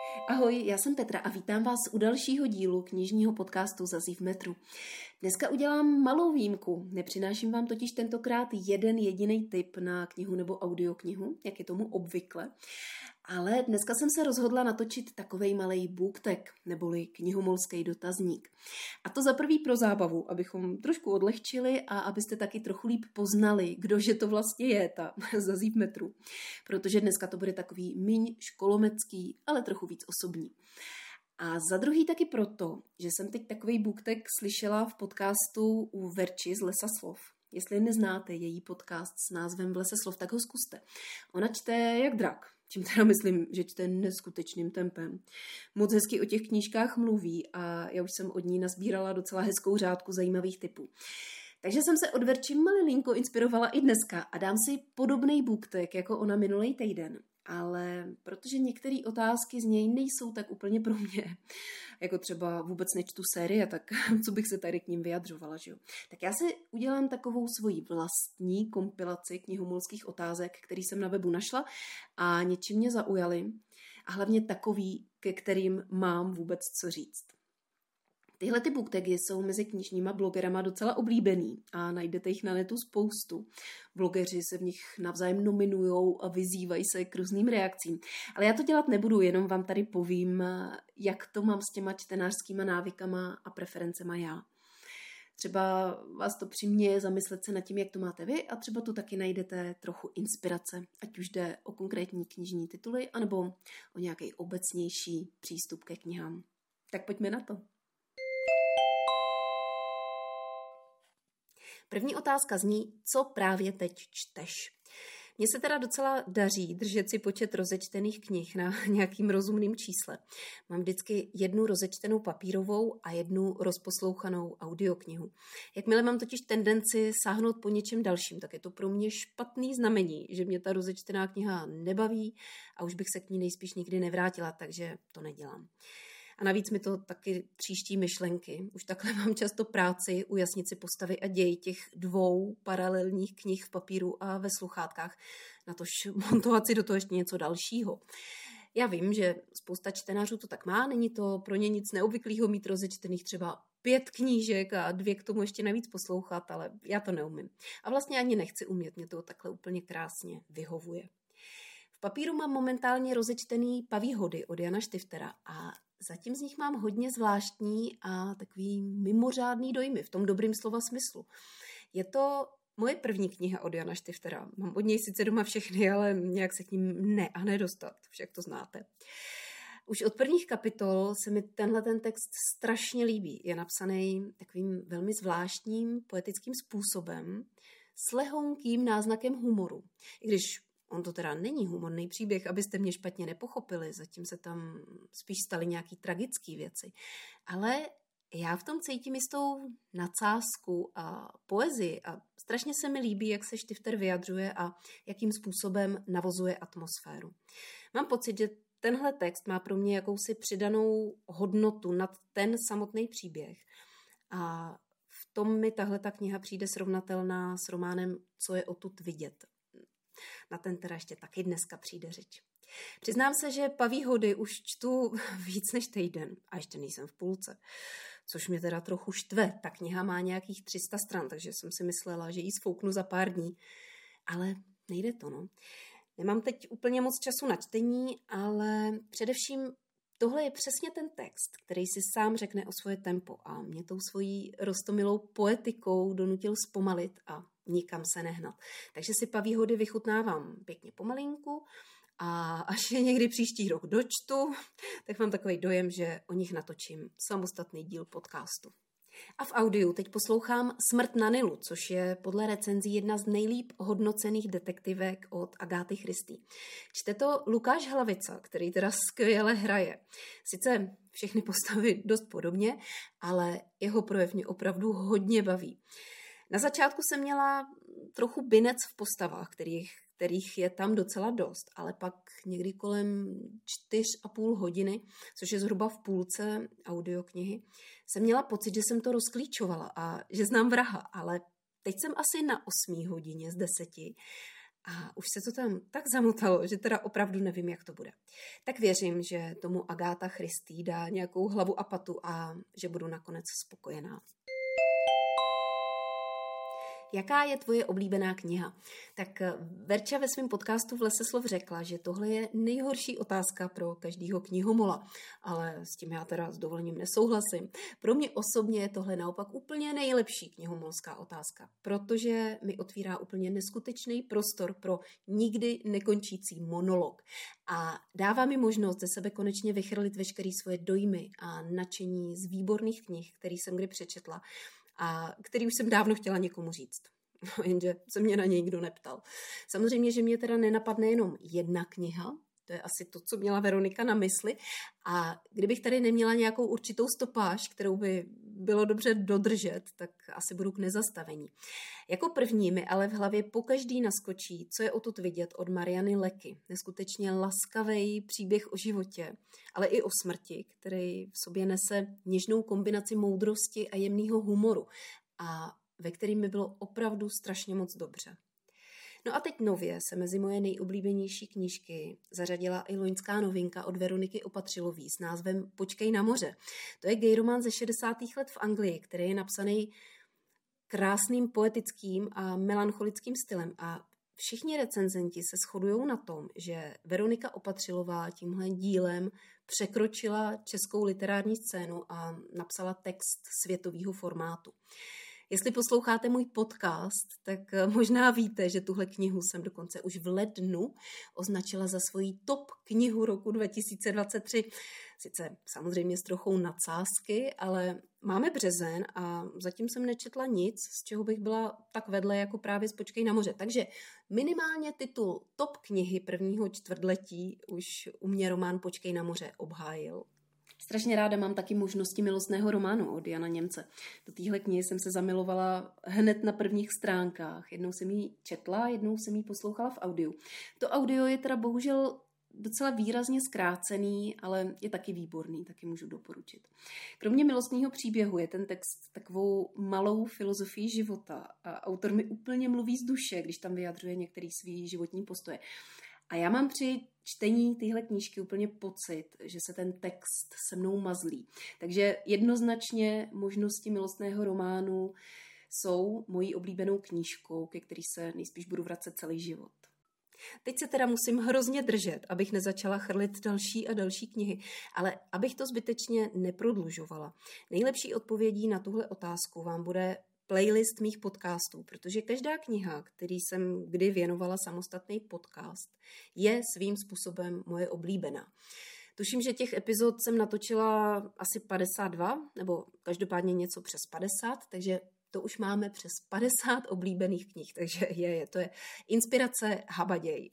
Ahoj, já jsem Petra a vítám vás u dalšího dílu knižního podcastu Zazí v metru. Dneska udělám malou výjimku, nepřináším vám totiž tentokrát jeden jediný tip na knihu nebo audioknihu, jak je tomu obvykle, ale dneska jsem se rozhodla natočit takovej malej booktag, neboli knihomolský dotazník. A to za prvý pro zábavu, abychom trošku odlehčili a abyste taky trochu líp poznali, kdože to vlastně je ta Zazí v metru. Protože dneska to bude takový míň školometský, ale trochu víc osobní. A za druhý taky proto, že jsem teď takovej booktag slyšela v podcastu u Verči z Lesa slov. Jestli neznáte její podcast s názvem V lese slov, tak ho zkuste. Ona čte jak drak, čím teda myslím, že čte neskutečným tempem. Moc hezky o těch knížkách mluví a já už jsem od ní nazbírala docela hezkou řádku zajímavých typů. Takže jsem se od Verči malilinko inspirovala i dneska a dám si podobný booktag jako ona minulý týden. Ale protože některé otázky z něj nejsou tak úplně pro mě, jako třeba vůbec nečtu série, tak co bych se tady k ním vyjadřovala, že jo? Tak já si udělám takovou svoji vlastní kompilaci knihomolských otázek, který jsem na webu našla a něčím mě zaujaly a hlavně takový, ke kterým mám vůbec co říct. Tyhle ty booktagy jsou mezi knižníma blogerama docela oblíbený a najdete jich na netu spoustu. Blogeři se v nich navzájem nominujou a vyzývají se k různým reakcím. Ale já to dělat nebudu, jenom vám tady povím, jak to mám s těma čtenářskýma návykama a preferencema já. Třeba vás to přiměje zamyslet se nad tím, jak to máte vy a třeba tu taky najdete trochu inspirace, ať už jde o konkrétní knižní tituly, anebo o nějaký obecnější přístup ke knihám. Tak pojďme na to. První otázka zní, co právě teď čteš? Mně se teda docela daří držet si počet rozečtených knih na nějakým rozumným čísle. Mám vždycky jednu rozečtenou papírovou a jednu rozposlouchanou audioknihu. Jakmile mám totiž tendenci sáhnout po něčem dalším, tak je to pro mě špatný znamení, že mě ta rozečtená kniha nebaví a už bych se k ní nejspíš nikdy nevrátila, takže to nedělám. A navíc mi to taky tříští myšlenky. Už takhle mám často práci ujasnit si postavy a děj těch dvou paralelních knih v papíru a ve sluchátkách, natož montovat si do toho ještě něco dalšího. Já vím, že spousta čtenářů to tak má, není to pro ně nic neobvyklého mít rozečtených třeba 5 knížek a 2 k tomu ještě navíc poslouchat, ale já to neumím. A vlastně ani nechci umět, mě to takhle úplně krásně vyhovuje. V papíru mám momentálně rozečtený Paví hody od Jana Štiftera a zatím z nich mám hodně zvláštní a takový mimořádný dojmy v tom dobrým slova smyslu. Je to moje první kniha od Jana Štiftera. Mám od něj sice doma všechny, ale nějak se k ním nedostat, však to znáte. Už od prvních kapitol se mi ten text strašně líbí. Je napsaný takovým velmi zvláštním poetickým způsobem s lehounkým náznakem humoru. I když on to teda není humorný příběh, abyste mě špatně nepochopili, zatím se tam spíš staly nějaký tragické věci. Ale já v tom cítím jistou nadsázku a poezii a strašně se mi líbí, jak se Štifter vyjadřuje a jakým způsobem navozuje atmosféru. Mám pocit, že tenhle text má pro mě jakousi přidanou hodnotu nad ten samotný příběh. A v tom mi tahle ta kniha přijde srovnatelná s románem Co je odtud vidět. Na ten teda ještě taky dneska přijde řeč. Přiznám se, že Paví hody už čtu víc než týden a ještě nejsem v půlce, což mě teda trochu štve. Ta kniha má nějakých 300 stran, takže jsem si myslela, že ji sfouknu za pár dní, ale nejde to, no. Nemám teď úplně moc času na čtení, ale především tohle je přesně ten text, který si sám řekne o svoje tempo a mě tou svojí roztomilou poetikou donutil zpomalit a nikam se nehnat. Takže si Paví hody vychutnávám pěkně pomalinku a až je někdy příští rok dočtu, tak mám takový dojem, že o nich natočím samostatný díl podcastu. A v audiu teď poslouchám Smrt na Nilu, což je podle recenzí jedna z nejlíp hodnocených detektivek od Agáty Christie. Čte to Lukáš Hlavica, který teda skvěle hraje. Sice všechny postavy dost podobně, ale jeho projev mě opravdu hodně baví. Na začátku jsem měla trochu binec v postavách, kterých je tam docela dost, ale pak někdy kolem 4,5 hodiny, což je zhruba v půlce audioknihy, jsem měla pocit, že jsem to rozklíčovala a že znám vraha, ale teď jsem asi na 8. hodině z 10 A už se to tam tak zamotalo, že teda opravdu nevím, jak to bude. Tak věřím, že tomu Agáta Christie dá nějakou hlavu a patu a že budu nakonec spokojená. Jaká je tvoje oblíbená kniha? Tak Verča ve svém podcastu v Lese slov řekla, že tohle je nejhorší otázka pro každého knihomola, ale s tím já teda s dovolením nesouhlasím. Pro mě osobně je tohle naopak úplně nejlepší knihomolská otázka, protože mi otvírá úplně neskutečný prostor pro nikdy nekončící monolog a dává mi možnost ze sebe konečně vychrlit veškeré svoje dojmy a nadšení z výborných knih, který jsem kdy přečetla a který už jsem dávno chtěla někomu říct. No, jenže se mě na něj nikdo neptal. Samozřejmě, že mě teda nenapadne jenom jedna kniha, to je asi to, co měla Veronika na mysli, a kdybych tady neměla nějakou určitou stopáž, kterou by bylo dobře dodržet, tak asi budu k nezastavení. Jako první mi ale v hlavě pokaždý naskočí, co je odtud vidět od Mariany Leky. Neskutečně laskavý příběh o životě, ale i o smrti, který v sobě nese něžnou kombinaci moudrosti a jemného humoru a ve kterým mi bylo opravdu strašně moc dobře. No a teď nově se mezi moje nejoblíbenější knížky zařadila i loňská novinka od Veroniky Opatřilový s názvem Počkej na moře. To je gay román ze 60. let v Anglii, který je napsaný krásným poetickým a melancholickým stylem a všichni recenzenti se shodují na tom, že Veronika Opatřilová tímhle dílem překročila českou literární scénu a napsala text světového formátu. Jestli posloucháte můj podcast, tak možná víte, že tuhle knihu jsem dokonce už v lednu označila za svoji top knihu roku 2023. Sice samozřejmě s trochou nadsázky, ale máme březen a zatím jsem nečetla nic, z čeho bych byla tak vedle jako právě z Počkej na moře. Takže minimálně titul top knihy prvního čtvrtletí už u mě román Počkej na moře obhájil. Strašně ráda mám taky Možnosti milostného románu od Jana Němce. Do téhle knihy jsem se zamilovala hned na prvních stránkách. Jednou jsem ji četla, jednou jsem ji poslouchala v audiu. To audio je teda bohužel docela výrazně zkrácený, ale je taky výborný, taky můžu doporučit. Kromě milostného příběhu je ten text takovou malou filozofií života a autor mi úplně mluví z duše, když tam vyjadřuje některé svý životní postoje. A já mám při čtení téhle knížky úplně pocit, že se ten text se mnou mazlí. Takže jednoznačně Možnosti milostného románu jsou mojí oblíbenou knížkou, ke který se nejspíš budu vracet celý život. Teď se teda musím hrozně držet, abych nezačala chrlit další a další knihy, ale abych to zbytečně neprodlužovala. Nejlepší odpovědí na tuhle otázku vám bude playlist mých podcastů, protože každá kniha, který jsem kdy věnovala samostatný podcast, je svým způsobem moje oblíbená. Tuším, že těch epizod jsem natočila asi 52, nebo každopádně něco přes 50, takže to už máme přes 50 oblíbených knih, takže to je inspirace habaděj.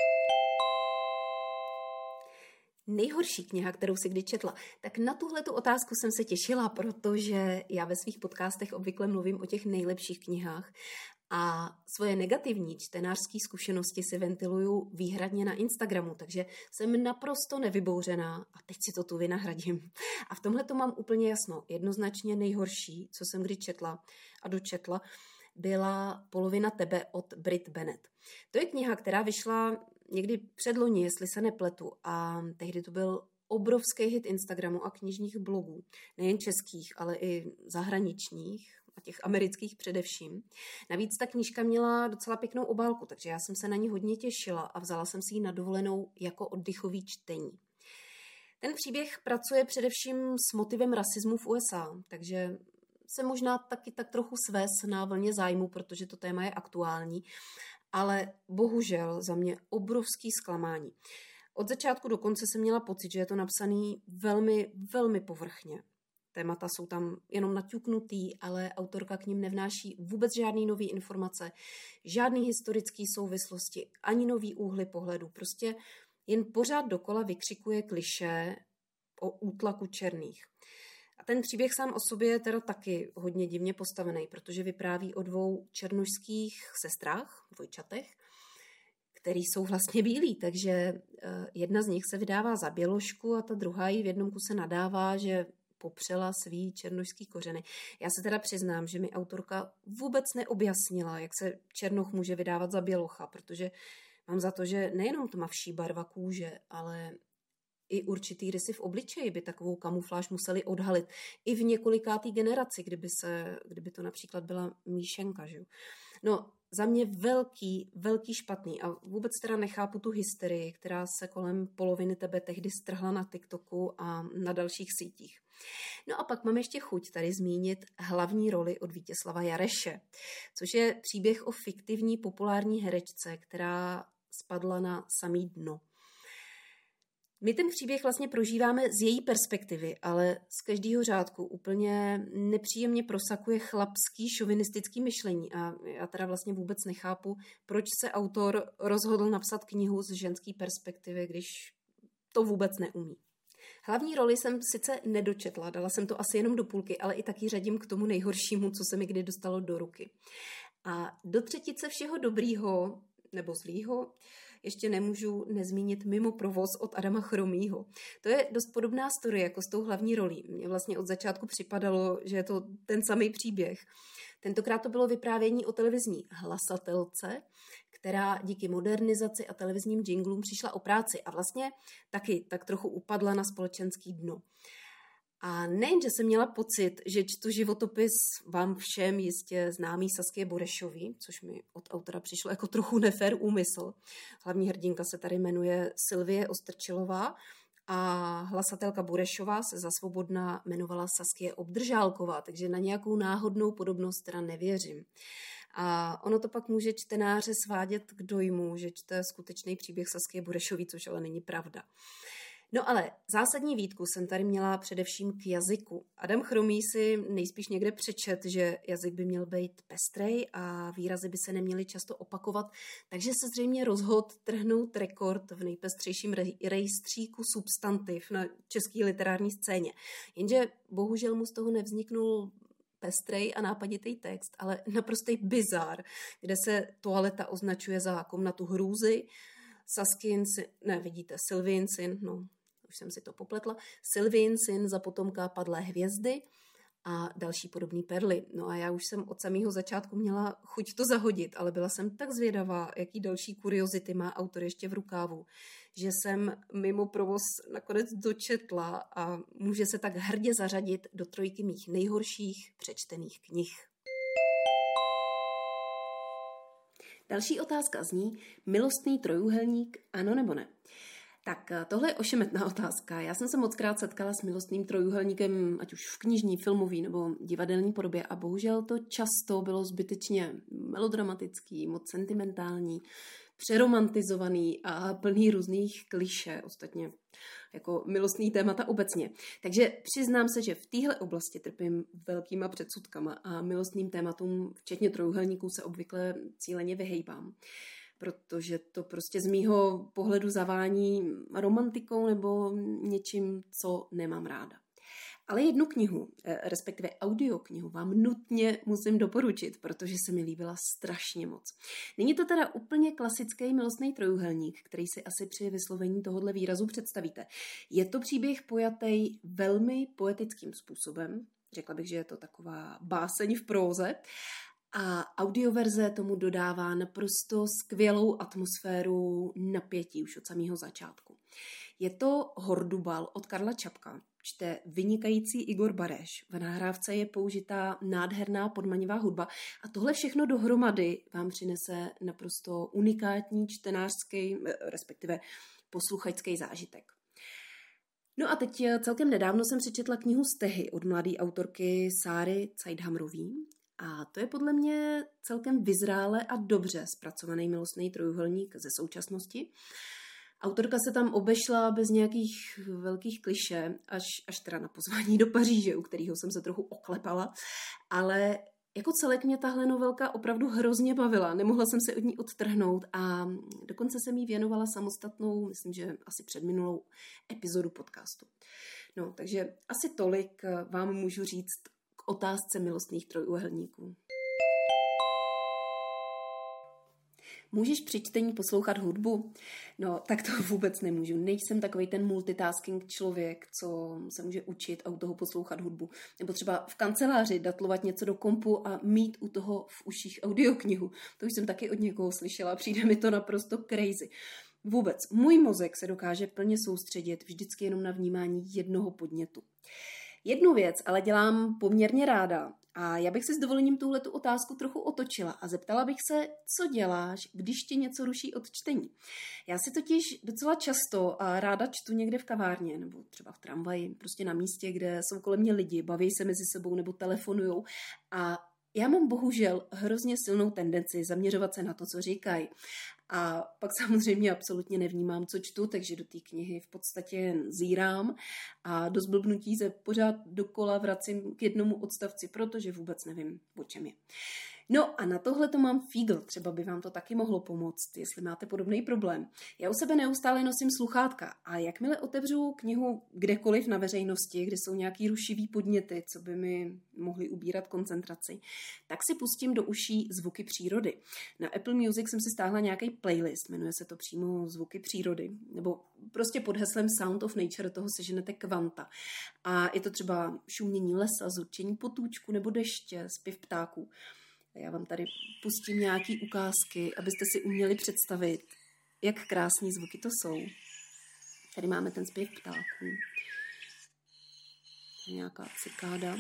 Nejhorší kniha, kterou si kdy četla, tak na tuhletu otázku jsem se těšila, protože já ve svých podcastech obvykle mluvím o těch nejlepších knihách a svoje negativní čtenářské zkušenosti si ventiluju výhradně na Instagramu, takže jsem naprosto nevybouřená a teď si to tu vynahradím. A v tomhle to mám úplně jasno. Jednoznačně nejhorší, co jsem kdy četla a dočetla, byla Polovina tebe od Brit Bennett. To je kniha, která vyšla někdy předloni, jestli se nepletu, a tehdy to byl obrovský hit Instagramu a knižních blogů, nejen českých, ale i zahraničních a těch amerických především. Navíc ta knížka měla docela pěknou obálku, takže já jsem se na ní hodně těšila a vzala jsem si ji na dovolenou jako oddechový čtení. Ten příběh pracuje především s motivem rasismu v USA, takže se možná taky tak trochu svést na vlně zájmu, protože to téma je aktuální, ale bohužel za mě obrovský zklamání. Od začátku do konce jsem měla pocit, že je to napsaný velmi, velmi povrchně. Témata jsou tam jenom naťuknutý, ale autorka k nim nevnáší vůbec žádný nový informace, žádný historický souvislosti, ani nový úhly pohledu. Prostě jen pořád dokola vykřikuje klišé o útlaku černých. A ten příběh sám o sobě je teda taky hodně divně postavený, protože vypráví o dvou černošských sestrách, dvojčatech, který jsou vlastně bílí, takže jedna z nich se vydává za běložku a ta druhá jí v jednom kuse nadává, že popřela svý černošský kořeny. Já se teda přiznám, že mi autorka vůbec neobjasnila, jak se černoch může vydávat za bělocha, protože mám za to, že nejenom tmavší barva kůže, ale i určitý rysy v obličeji by takovou kamufláž museli odhalit. I v několikátý generaci, kdyby to například byla míšenka. Že? No, za mě velký špatný. A vůbec teda nechápu tu hysterii, která se kolem poloviny tebe tehdy strhla na TikToku a na dalších sítích. No a pak mám ještě chuť tady zmínit hlavní roli od Vítězslava Jareše, což je příběh o fiktivní populární herečce, která spadla na samý dno. My ten příběh vlastně prožíváme z její perspektivy, ale z každého řádku úplně nepříjemně prosakuje chlapský šovinistický myšlení a já teda vlastně vůbec nechápu, proč se autor rozhodl napsat knihu z ženské perspektivy, když to vůbec neumí. Hlavní roli jsem sice nedočetla, dala jsem to asi jenom do půlky, ale i taky řadím k tomu nejhoršímu, co se mi kdy dostalo do ruky. A do třetice všeho dobrýho nebo zlýho ještě nemůžu nezmínit Mimo provoz od Adama Chromýho. To je dost podobná story jako s tou hlavní rolí. Mně vlastně od začátku připadalo, že je to ten samý příběh. Tentokrát to bylo vyprávění o televizní hlasatelce, která díky modernizaci a televizním jinglům přišla o práci a vlastně taky tak trochu upadla na společenský dno. A nejen, že jsem měla pocit, že čtu životopis vám všem jistě známý Saskie Burešový, což mi od autora přišlo jako trochu nefér úmysl. Hlavní hrdinka se tady jmenuje Sylvie Ostrčilová a hlasatelka Burešová se za svobodná jmenovala Saskie Obdržálková, takže na nějakou náhodnou podobnost teda nevěřím. A ono to pak může čtenáře svádět k dojmu, že čte skutečný příběh Saskie Burešový, což ale není pravda. No ale zásadní výtku jsem tady měla především k jazyku. Adam Chromý si nejspíš někde přečet, že jazyk by měl být pestrej a výrazy by se neměly často opakovat, takže se zřejmě rozhodl trhnout rekord v nejpestřejším rejstříku substantiv na české literární scéně. Jenže bohužel mu z toho nevzniknul pestrej a nápaditý text, ale naprostý bizár, kde se toaleta označuje za komnatu hrůzy, Sylvin syn, už jsem si to popletla, Sylvin syn za potomka padlé hvězdy a další podobné perly. No a já už jsem od samého začátku měla chuť to zahodit, ale byla jsem tak zvědavá, jaký další kuriozity má autor ještě v rukávu, že jsem Mimo provoz nakonec dočetla a může se tak hrdě zařadit do trojky mých nejhorších přečtených knih. Další otázka zní, milostný trojúhelník, ano nebo ne? Tak tohle je ošemetná otázka. Já jsem se mockrát setkala s milostným trojúhelníkem, ať už v knižní, filmový nebo divadelní podobě a bohužel to často bylo zbytečně melodramatický, moc sentimentální, přeromantizovaný a plný různých klišé, ostatně jako milostný témata obecně. Takže přiznám se, že v téhle oblasti trpím velkýma předsudkama a milostným tématům, včetně trojúhelníků, se obvykle cíleně vyhejbám, protože to prostě z mýho pohledu zavání romantikou nebo něčím, co nemám ráda. Ale jednu knihu, respektive audioknihu, vám nutně musím doporučit, protože se mi líbila strašně moc. Není to teda úplně klasický milostný trojúhelník, který si asi při vyslovení tohohle výrazu představíte. Je to příběh pojatý velmi poetickým způsobem, řekla bych, že je to taková báseň v próze, a audioverze tomu dodává naprosto skvělou atmosféru napětí už od samého začátku. Je to Hordubal od Karla Čapka, čte vynikající Igor Bareš. V nahrávce je použitá nádherná podmanivá hudba a tohle všechno dohromady vám přinese naprosto unikátní čtenářský, respektive posluchačský zážitek. No a teď celkem nedávno jsem přečetla knihu Stehy od mladé autorky Sáry Caidhamrový. A to je podle mě celkem vyzrále a dobře zpracovaný milostný trojúhelník ze současnosti. Autorka se tam obešla bez nějakých velkých klišé, až teda na pozvání do Paříže, u kterého jsem se trochu oklepala, ale jako celek mě tahle novelka opravdu hrozně bavila, nemohla jsem se od ní odtrhnout a dokonce jsem jí věnovala samostatnou, myslím, že asi předminulou epizodu podcastu. No, takže asi tolik vám můžu říct k otázce milostných trojúhelníků. Můžeš při čtení poslouchat hudbu? No, tak to vůbec nemůžu. Nejsem takovej ten multitasking člověk, co se může učit a u toho poslouchat hudbu. Nebo třeba v kanceláři datlovat něco do kompu a mít u toho v uších audioknihu. To už jsem taky od někoho slyšela, přijde mi to naprosto crazy. Vůbec. Můj mozek se dokáže plně soustředit vždycky jenom na vnímání jednoho podnětu. Jednu věc ale dělám poměrně ráda a já bych si s dovolením tuhletu otázku trochu otočila a zeptala bych se, co děláš, když tě něco ruší od čtení. Já si totiž docela často a ráda čtu někde v kavárně nebo třeba v tramvaji, prostě na místě, kde jsou kolem mě lidi, baví se mezi sebou nebo telefonujou a já mám bohužel hrozně silnou tendenci zaměřovat se na to, co říkají. A pak samozřejmě absolutně nevnímám, co čtu, takže do té knihy v podstatě jen zírám a do zblbnutí se pořád dokola vracím k jednomu odstavci, protože vůbec nevím, o čem je. No a na tohle to mám fígl, třeba by vám to taky mohlo pomoct, jestli máte podobný problém. Já u sebe neustále nosím sluchátka a jakmile otevřu knihu kdekoliv na veřejnosti, kde jsou nějaký rušivý podněty, co by mi mohly ubírat koncentraci, tak si pustím do uší zvuky přírody. Na Apple Music jsem si stáhla nějaký playlist, jmenuje se to přímo Zvuky přírody, nebo prostě pod heslem Sound of Nature toho seženete kvanta. A je to třeba šumění lesa, zurčení potůčku nebo deště, zpěv ptáků. Já vám tady pustím nějaký ukázky, abyste si uměli představit, jak krásní zvuky to jsou. Tady máme ten zpěv ptáků. Nějaká cikáda.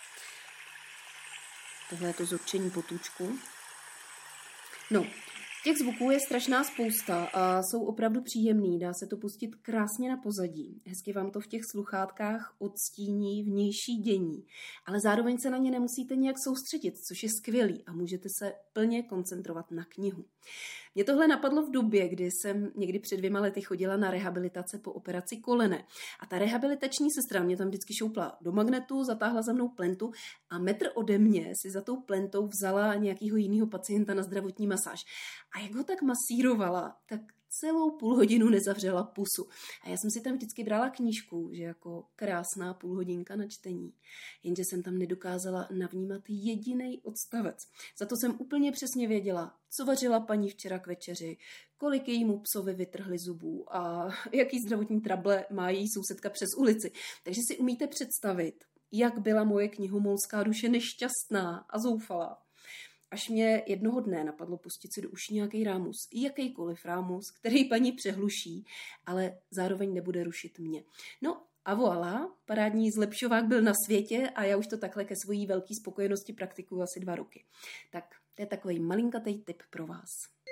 Tohle je to zurčení potůčku. No, těch zvuků je strašná spousta a jsou opravdu příjemný. Dá se to pustit krásně na pozadí. Hezky vám to v těch sluchátkách odstíní vnější dění. Ale zároveň se na ně nemusíte nějak soustředit, což je skvělý a můžete se plně koncentrovat na knihu. Mě tohle napadlo v době, kdy jsem někdy před 2 lety chodila na rehabilitace po operaci kolene. A ta rehabilitační sestra mě tam vždycky šoupla do magnetu, zatáhla za mnou plentu a metr ode mě si za tou plentou vzala nějakého jiného pacienta na zdravotní masáž. A jak ho tak masírovala, tak celou půlhodinu nezavřela pusu. A já jsem si tam vždycky brala knížku, že jako krásná půlhodinka na čtení. Jenže jsem tam nedokázala navnímat jedinej odstavec. Za to jsem úplně přesně věděla, co vařila paní včera k večeři, kolik jejímu psovi vytrhli zubů a jaký zdravotní trable má její sousedka přes ulici. Takže si umíte představit, jak byla moje knihomolská duše nešťastná a zoufalá. Až mě jednoho dne napadlo pustit si do uší nějaký rámus, jakýkoliv rámus, který paní přehluší, ale zároveň nebude rušit mě. No a voilà, parádní zlepšovák byl na světě a já už to takhle ke svojí velké spokojenosti praktikuju asi 2 roky. Tak to je takový malinkatej tip pro vás.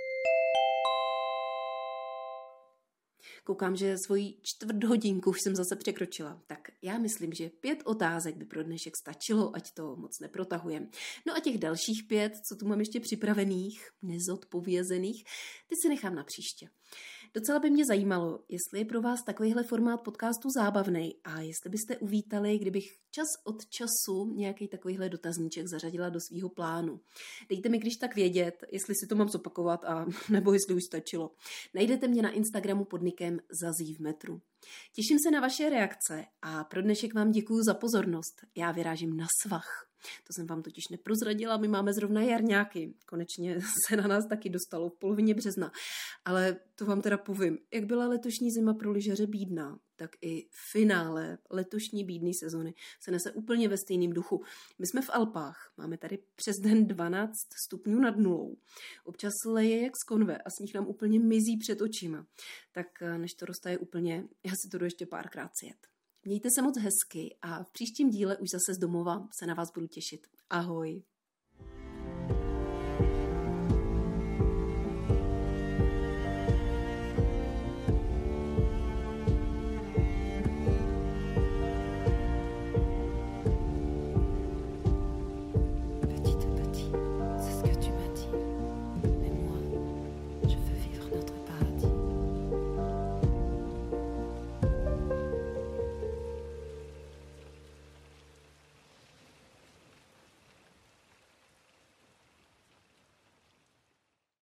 Koukám, že svoji 1/4 hodinku už jsem zase překročila. Tak já myslím, že 5 otázek by pro dnešek stačilo, ať to moc neprotahujem. No a těch dalších 5, co tu mám ještě připravených, nezodpovězených, ty si nechám na příště. Docela by mě zajímalo, jestli je pro vás takovýhle formát podcastu zábavný a jestli byste uvítali, kdybych čas od času nějaký takovýhle dotazníček zařadila do svýho plánu. Dejte mi když tak vědět, jestli si to mám zopakovat a nebo jestli už stačilo. Najdete mě na Instagramu pod nikem Zazí v metru. Těším se na vaše reakce a pro dnešek vám děkuju za pozornost. Já vyrážím na svah. To jsem vám totiž neprozradila, my máme zrovna jarňáky. Konečně se na nás taky dostalo v polovině března. Ale to vám teda povím, jak byla letošní zima pro lyžaře bídná, tak i finále letošní bídné sezony se nese úplně ve stejném duchu. My jsme v Alpách, máme tady přes den 12 stupňů nad nulou. Občas leje jak z konve a sníh nám úplně mizí před očima. Tak než to roztaje úplně, já si to jdu ještě párkrát sjet. Mějte se moc hezky a v příštím díle už zase z domova se na vás budu těšit. Ahoj.